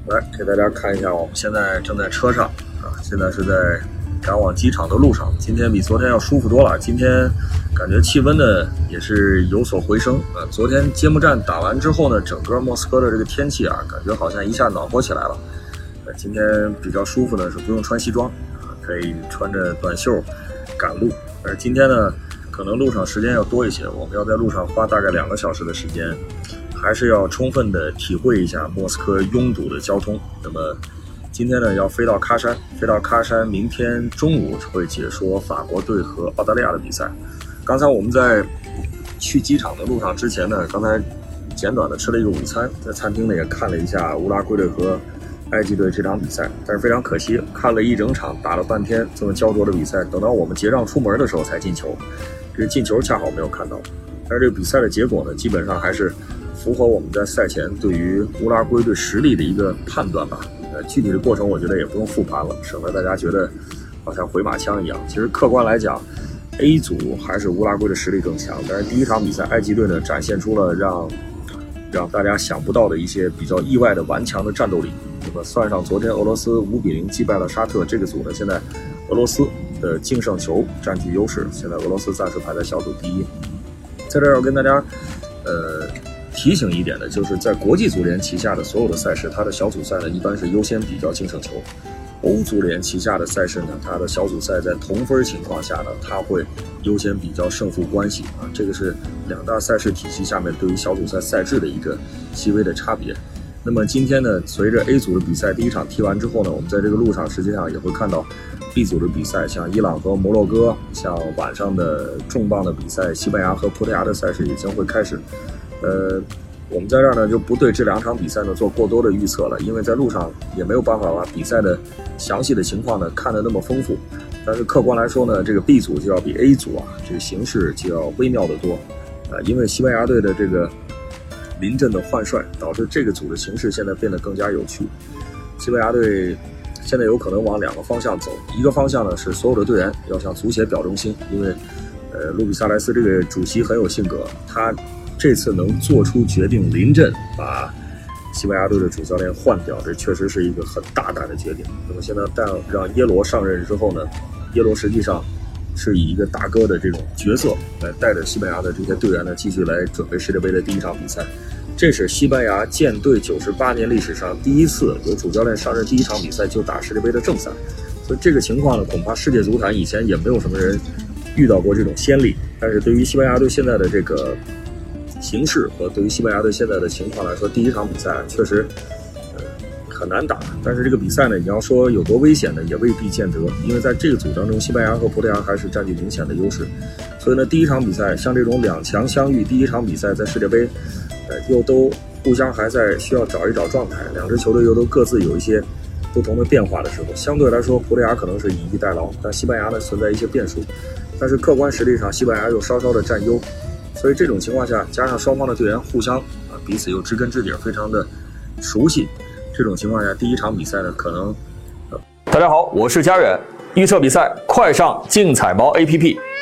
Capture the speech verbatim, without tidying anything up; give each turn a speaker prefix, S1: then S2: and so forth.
S1: 来给大家看一下，我们现在正在车上啊，现在是在赶往机场的路上。今天比昨天要舒服多了，今天感觉气温呢也是有所回升啊。昨天揭幕战打完之后呢，整个莫斯科的这个天气啊，感觉好像一下暖和起来了。呃，今天比较舒服呢，是不用穿西装啊，可以穿着短袖赶路。而今天呢，可能路上时间要多一些，我们要在路上花大概两个小时的时间。还是要充分的体会一下莫斯科拥堵的交通。那么今天呢，要飞到喀山，飞到喀山，明天中午会解说法国队和澳大利亚的比赛。刚才我们在去机场的路上之前呢，刚才简短的吃了一个午餐，在餐厅呢也看了一下乌拉圭队和埃及队这场比赛，但是非常可惜，看了一整场，打了半天这么焦灼的比赛，等到我们结账出门的时候才进球，这个进球恰好没有看到。但是这个比赛的结果呢，基本上还是符合我们在赛前对于乌拉圭队实力的一个判断吧。呃，具体的过程我觉得也不用复盘了，省得大家觉得好像回马枪一样。其实客观来讲 ，A 组还是乌拉圭的实力更强。但是第一场比赛，埃及队呢展现出了让让大家想不到的一些比较意外的顽强的战斗力。那么算上昨天俄罗斯五比零击败了沙特，这个组呢现在俄罗斯的净胜球占据优势，现在俄罗斯暂时排在小组第一。在这儿要跟大家呃。提醒一点的就是在国际足联旗下的所有的赛事，它的小组赛呢一般是优先比较净胜球。欧足联旗下的赛事呢，它的小组赛在同分情况下呢，它会优先比较胜负关系啊，这个是两大赛事体系下面对于小组赛赛制的一个细微的差别。那么今天呢，随着 A 组的比赛第一场踢完之后呢，我们在这个路上实际上也会看到 B 组的比赛，像伊朗和摩洛哥，像晚上的重磅的比赛，西班牙和葡萄牙的赛事也将会开始。呃，我们在这儿呢就不对这两场比赛呢做过多的预测了，因为在路上也没有办法把比赛的详细的情况呢看得那么丰富。但是客观来说呢，这个 B 组就要比 A 组啊，这个形势就要微妙得多。呃，因为西班牙队的这个临阵的换帅，导致这个组的形势现在变得更加有趣。西班牙队现在有可能往两个方向走，一个方向呢是所有的队员要向足协表忠心，因为呃卢比萨莱斯这个主席很有性格，他这次能做出决定临阵把西班牙队的主教练换掉，这确实是一个很大胆的决定。那么现在但让耶罗上任之后呢，耶罗实际上是以一个大哥的这种角色来带着西班牙的这些队员呢继续来准备世界杯的第一场比赛。这是西班牙舰队九十八年历史上第一次有主教练上任第一场比赛就打世界杯的正赛，所以这个情况呢，恐怕世界足坛以前也没有什么人遇到过这种先例。但是对于西班牙队现在的这个形势和对于西班牙队现在的情况来说，第一场比赛确实呃很难打。但是这个比赛呢，你要说有多危险呢，也未必见得，因为在这个组当中，西班牙和葡萄牙还是占据明显的优势。所以呢，第一场比赛像这种两强相遇，第一场比赛在世界杯，呃，又都互相还在需要找一找状态，两支球队又都各自有一些不同的变化的时候，相对来说，葡萄牙可能是以逸待劳，但西班牙呢存在一些变数。但是客观实力上，西班牙又稍稍的占优。所以这种情况下，加上双方的队员互相啊彼此又知根知底，非常的熟悉，这种情况下，第一场比赛呢可能、呃、
S2: 大家好，我是佳远，预测比赛快上竞彩猫 A P P。